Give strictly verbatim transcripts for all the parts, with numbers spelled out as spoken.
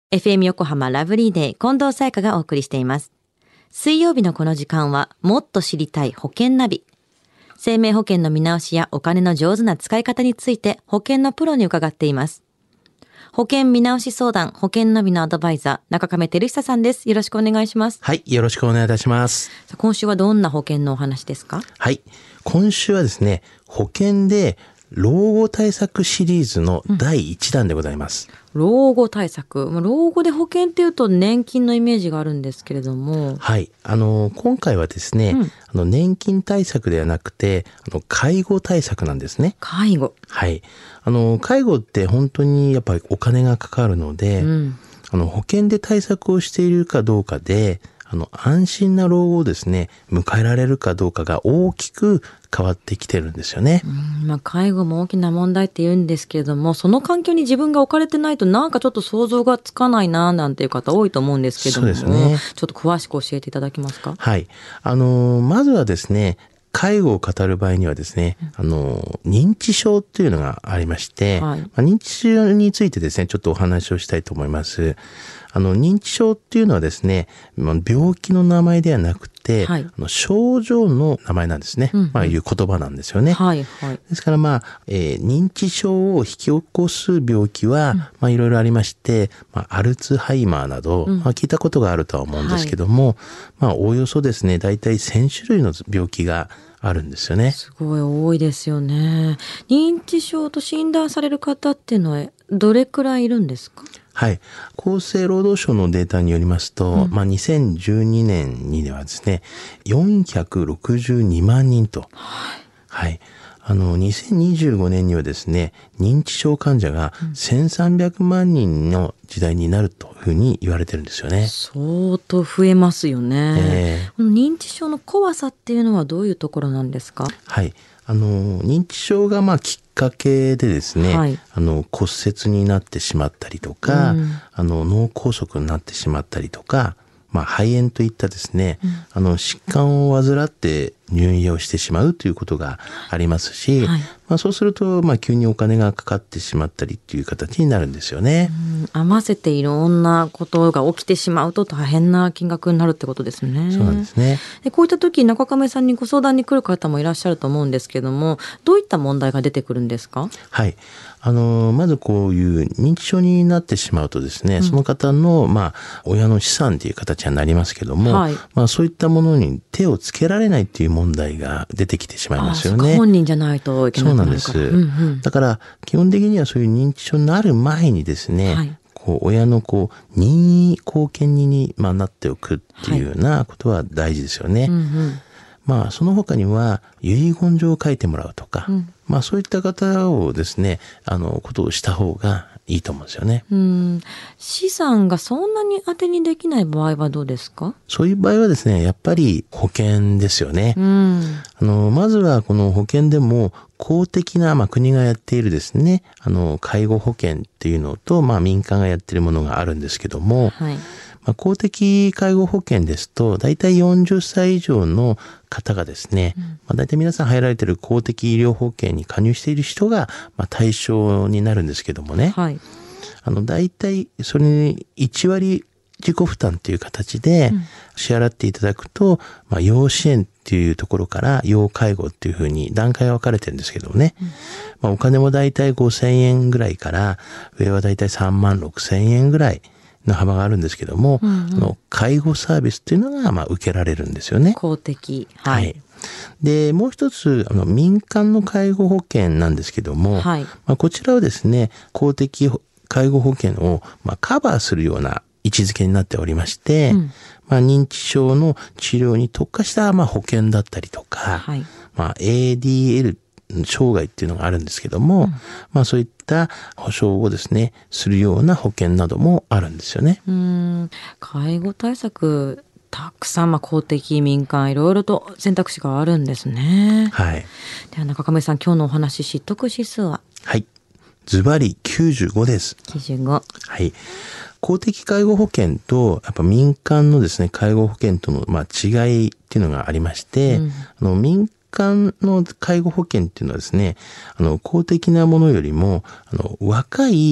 エフエム 横浜ラブリーデー近藤沙耶香がお送りしています。水曜日のこの時間はもっと知りたい保険ナビ。生命保険の見直しやお金の上手な使い方について保険のプロに伺っています。保険見直し相談保険ナビのアドバイザー中亀照久さんです。よろしくお願いします。 はい、よろしくお願いいたします。 今週はどんな保険のお話ですか？ はい、今週はですね、保険で老後対策シリーズのだいいちだんでございます。 うん、老後対策。老後で保険っていうと年金のイメージがあるんですけれども。 はい。あの、今回はですね、うん、あの年金対策ではなくて、あの介護対策なんですね。 介護。 はい。あの、介護って本当にやっぱりお金がかかるので、うん、あの保険で対策をしているかどうかで、あの安心な老後をですね迎えられるかどうかが大きく変わってきてるんですよね。 うん、まあ、介護も大きな問題って言うんですけれども、その環境に自分が置かれてないとなんかちょっと想像がつかないななんていう方多いと思うんですけども、 そうですね、 ちょっと詳しく教えていただけますか？ はい。あのまずはですね、介護を語る場合にはですね、あの認知症っていうのがありまして、はい、まあ、認知症についてですねちょっとお話をしたいと思います。あの認知症っていうのはですね、病気の名前ではなくて、はい、あの症状の名前なんですね、うんうん、まあいう言葉なんですよね。 はいはい、 ですからまあ、えー、認知症を引き起こす病気は、うん、まあいろいろありまして、まあ、アルツハイマーなど、うん、まあ、聞いたことがあるとは思うんですけども、はい、まあおおよそですねだいたいせんしゅるいの病気があるんですよね。 すごい多いですよね。認知症と診断される方っていうのはどれくらいいるんですか？ はい。厚生労働省のデータによりますと、うん、まあにせんじゅうにねんにはですね、よんひゃくろくじゅうにまんにんと。はい。はい。あの、にせんにじゅうごねんにはですね、認知症患者がせんさんびゃくまんにんの時代になるというふうに言われてるんですよね。 相当増えますよね。えー、この認知症の怖さっていうのはどういうところなんですか？ はい。あの、認知症がまあきっかけでですね、はい、あの骨折になってしまったりとか、うん、あの脳梗塞になってしまったりとか、まあ、肺炎といったですね、うん、あの疾患を患って入院をしてしまうということがありますし、はい、まあ、そうすると、まあ、急にお金がかかってしまったりっていう形になるんですよね。 うん、合わせていろんなことが起きてしまうと大変な金額になるってことですね。 そうなんですね。 でこういった時中亀さんにご相談に来る方もいらっしゃると思うんですけども、どういった問題が出てくるんですか？ はい。あの、まずこういう認知症になってしまうとですね、うん、その方の、まあ、親の資産という形になりますけども、はい、まあ、そういったものに手をつけられないっていう問題が出てきてしまいますよね。 本人じゃないといけないから。そうなんです。うんうん、 だから、基本的にはそういう認知症になる前にですね、はい、こう親のこう任意後見人に、まあ、なっておくっていうようなことは大事ですよね。はい、うんうん、まあ、その他には遺言状を書いてもらうとか、うん、まあ、そういった方をですね、あのことをした方がいいと思うんですよね。 うん、資産がそんなに当てにできない場合はどうですか？ そういう場合はですね、やっぱり保険ですよね。うん、あのまずはこの保険でも公的な、まあ、国がやっているですね、あの介護保険っていうのと、まあ、民間がやっているものがあるんですけども、はい、まあ、公的介護保険ですとだいたいよんじゅっさい以上の方がですね、うん、まあ、だいたい皆さん入られている公的医療保険に加入している人が、まあ、対象になるんですけどもね、はい、あのだいたいそれにいちわり自己負担という形で支払っていただくと、うん、まあ、要支援っていうところから要介護っていうふうに段階が分かれてるんですけどもね、うん、まあ、お金もだいたいごせんえんぐらいから上はだいたいさんまんろくせんえんぐらいの幅があるんですけども、うんうん、あの介護サービスっていうのがまあ受けられるんですよね。 公的。はい。はい、 で、もう一つ、あの民間の介護保険なんですけども、はい、まあ、こちらはですね、公的介護保険をまあカバーするような位置づけになっておりまして、うん、まあ、認知症の治療に特化したまあ保険だったりとか、はい、まあ、エーディーエル障害っていうのがあるんですけども、うん、まあそういった保障をですねするような保険などもあるんですよね。 うーん、介護対策たくさん、まあ、公的民間いろいろと選択肢があるんですね。はい。では中亀さん、今日のお話知得指数は？ はい、ズバリきゅうじゅうごです。 きゅうじゅうご。はい。 公的介護保険とやっぱ民間のですね介護保険とのまあ違いっていうのがありまして、うん、あの民間の介護保険っていうのはですね、あの公的なものよりもあの若い時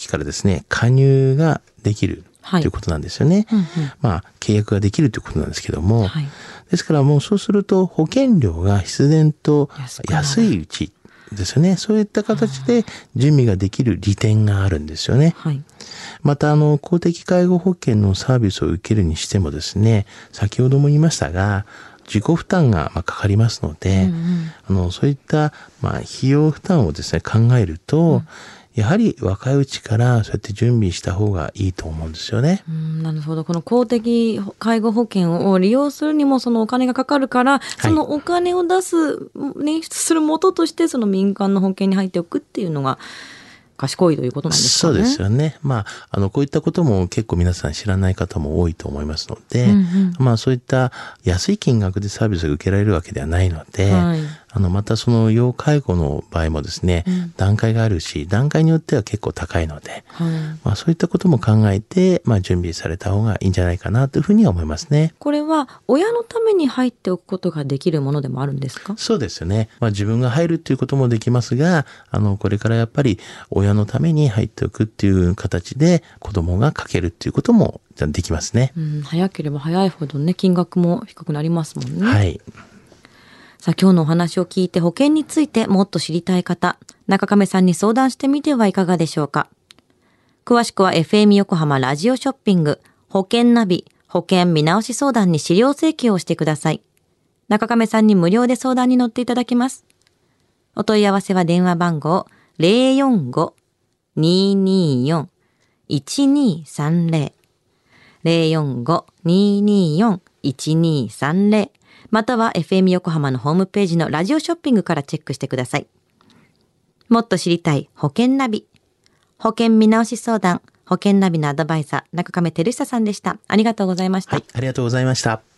時からですね、加入ができるということなんですよね。 うんうん、 まあ、契約ができるということなんですけども、 はい、 ですからもうそうすると保険料が必然と安いうちですよね。そういった形で準備ができる利点があるんですよね。 はい、 また、あの、公的介護保険のサービスを受けるにしてもですね、先ほども言いましたが、自己負担がまあかかりますので、 うんうん、 あの、そういったまあ費用負担をですね、考えると、うん、やはり若いうちからそうやって準備した方がいいと思うんですよね。 うん、なるほど。この公的介護保険を利用するにもそのお金がかかるから、そのお金を出す、捻出する元としてその民間の保険に入っておくっていうのが賢いということなんですかね。 そうですよね。まあ、あの、こういったことも結構皆さん知らない方も多いと思いますので、うんうん、まあそういった安い金額でサービスが受けられるわけではないので、はい、あの、またその要介護の場合もですね、うん、段階があるし、段階によっては結構高いので、はい、まあそういったことも考えて、まあ準備された方がいいんじゃないかなというふうには思いますね。 これは親のために入っておくことができるものでもあるんですか？ そうですよね。まあ自分が入るっていうこともできますが、あの、これからやっぱり親のために入っておくっていう形で子供がかけるっていうこともできますね。 うん、早ければ早いほどね、金額も低くなりますもんね。 はい。 さあ、今日のお話を聞いて保険についてもっと知りたい方、中亀さんに相談してみてはいかがでしょうか。詳しくは エフエム 横浜ラジオショッピング保険ナビ保険見直し相談に資料請求をしてください。中亀さんに無料で相談に乗っていただきます。お問い合わせは電話番号 ゼロよんご にーにーよん いちにーさんゼロ ゼロよんご にーにーよん いちにーさんゼロまたは エフエム 横浜のホームページのラジオショッピングからチェックしてください。もっと知りたい保険ナビ。保険見直し相談、保険ナビのアドバイザー、中亀照久さんでした。ありがとうございました。 はい、ありがとうございました。